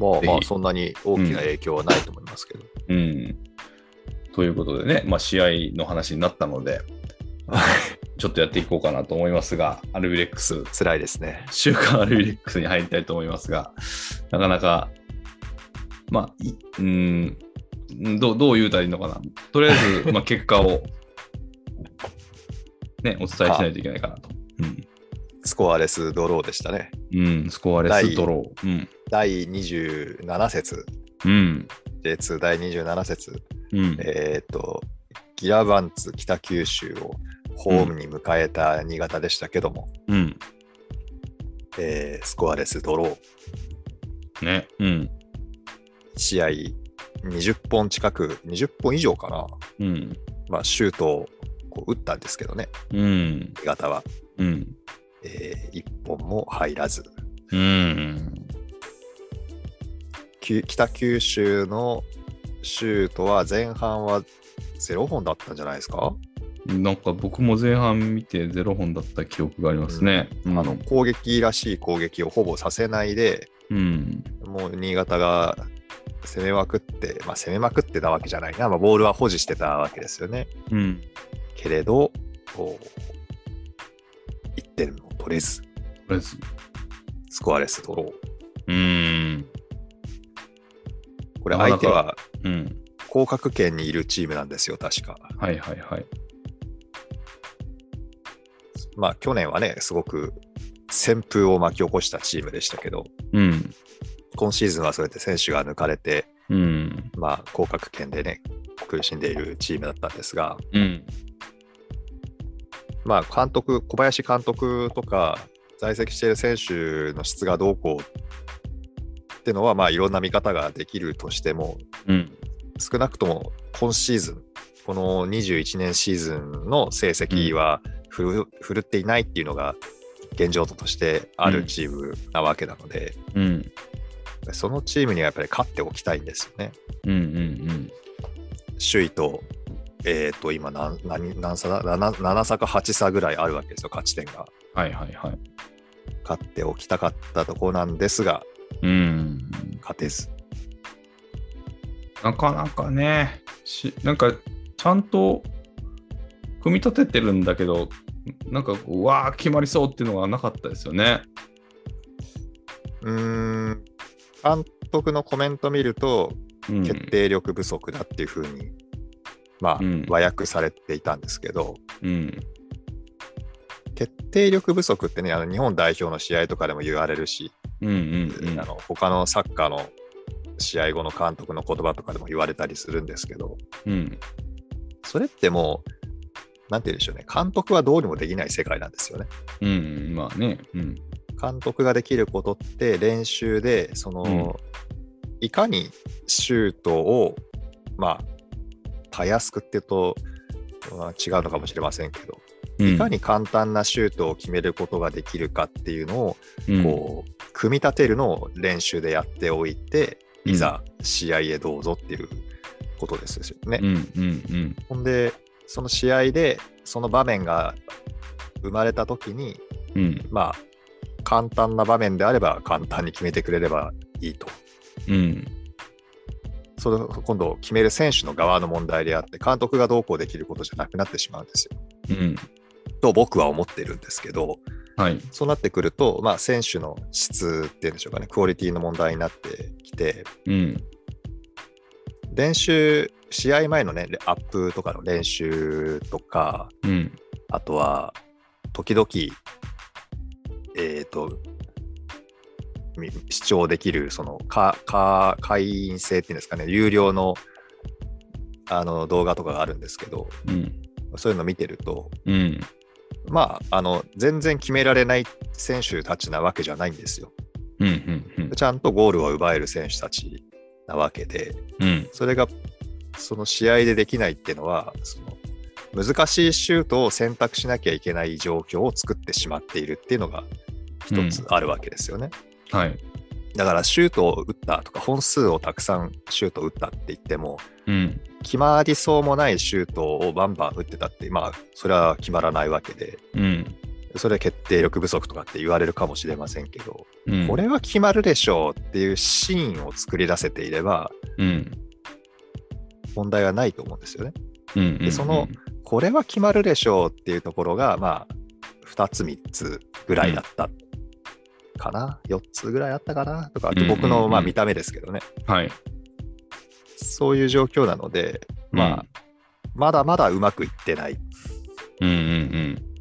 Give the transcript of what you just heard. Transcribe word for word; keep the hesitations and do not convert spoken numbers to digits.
まあまあそんなに大きな影響はないと思いますけど。 うん。うん、ということでね、まあ、試合の話になったので、ちょっとやっていこうかなと思いますが、アルビレックス、 辛いですね。 週刊アルビレックスに入りたいと思いますが、なかなか、まあ、いうんどう、どう言うたらいいのかな。とりあえず、まあ、結果を、ね、お伝えしないといけないかなと。うん、 スコアレスドローでしたね。 うん、スコアレスドロー。うん、 だいにじゅうなな節。 うん、 ジェイツー だいにじゅうなな節。 うん、 えっ、ー、と、ギラバンツ北九州をホームに迎えた新潟でしたけども、 うん、 えー、スコアレスドロー。ね、うん。 試合にじゅっぽん近く、にじゅっぽん以上かな。 うん。 まあ、シュートをこう打ったんですけどね、 うん。 新潟は。 うん。 えー、いっぽんも入らず。 うん。 北九州のシュートは前半はゼロほんだったんじゃないですか。 なんか僕も前半見てゼロほんだった記憶がありますね。 うん、あの攻撃らしい攻撃をほぼさせないで、 うん、 もう新潟が攻めまくって、まあ、攻めまくってたわけじゃないな、まあ、ボールは保持してたわけですよね。 うん、 けれど、いってんも取れず、 とりあえずスコアレスドロー。 うん。 これ相手はうん降格圏にいるチームなんですよ、確か。 はいはいはい。 まあ去年はね、すごく旋風を巻き起こしたチームでしたけど、 うん、 今シーズンはそうやって選手が抜かれて、 うん、 まあ降格圏でね、苦しんでいるチームだったんですが、 うん、 まあ監督、小林監督とか在籍している選手の質がどうこうっていうのは、まあいろんな見方ができるとしても、 うん、 少なくとも今シーズン、このにじゅういちねんシーズンの成績はふる、振るっていないっていうのが現状としてあるチームなわけなので、 うん、 そのチームにはやっぱり勝っておきたいんですよね。 うん、うん、 首位と、えっ、ー、と、今何、何、何差だ 7, 7差かはち差ぐらいあるわけですよ、勝ち点が。 はいはいはい。 勝っておきたかったところなんですが、 うん、 勝てず。 なかなかね、しなんかちゃんと組み立ててるんだけど、なんかうわー決まりそうっていうのがなかったですよね。 うーん、監督のコメント見ると、うん、決定力不足だっていうふうに、まあ、うん、和訳されていたんですけど、 うん、 決定力不足ってね、あの日本代表の試合とかでも言われるし、 うんうんうん、 あの他のサッカーの試合後の監督の言葉とかでも言われたりするんですけど、 うん、 それってもう、なんて言うんでしょうね、監督はどうにもできない世界なんですよね。 うん、まあね、うん、 監督ができることって練習で、その、うん、いかにシュートを、まあ、たやすくっていうと、まあ、違うのかもしれませんけど、うん、いかに簡単なシュートを決めることができるかっていうのを、うん、こう組み立てるのを練習でやっておいて、いざ試合へどうぞっていうことですよね。 うんうんうん、 ほんで、その試合でその場面が生まれたときに、 うん、 まあ簡単な場面であれば簡単に決めてくれればいいと。 うん、 それ今度決める選手の側の問題であって、監督がどうこうできることじゃなくなってしまうんですよ。 うん、 と僕は思ってるんですけど、 はい、 そうなってくると、まあ、選手の質っていうんでしょうかね、クオリティの問題になってきて、 うん、 練習、試合前のね、アップとかの練習とか、 うん、 あとは、時々、えっと、視聴できる、その、か、か、会員制っていうんですかね、有料の、あの、動画とかがあるんですけど、 うん、 そういうの見てると、 うん、 まあ、あの、全然決められない選手たちなわけじゃないんですよ。 うんうんうん、 ちゃんとゴールを奪える選手たちなわけで、 うん、 それがその試合でできないっていうのは、その難しいシュートを選択しなきゃいけない状況を作ってしまっているっていうのが一つあるわけですよね。 うん、はい。 だからシュートを打ったとか本数をたくさんシュートを打ったって言っても、 うん、 決まりそうもないシュートをバンバン打ってたって、まあそれは決まらないわけで、 うん、 それは決定力不足とかって言われるかもしれませんけど、 うん、 これは決まるでしょうっていうシーンを作り出せていれば、 うん、 問題はないと思うんですよね。 うん、 で、その、これは決まるでしょうっていうところが、まあ、ふたつみっつぐらいだったかな、よっつぐらいあったかなとか、あと僕のまあ見た目ですけどね、 はい。 そういう状況なので、まあ、まだまだうまくいってない。 うんうんうん。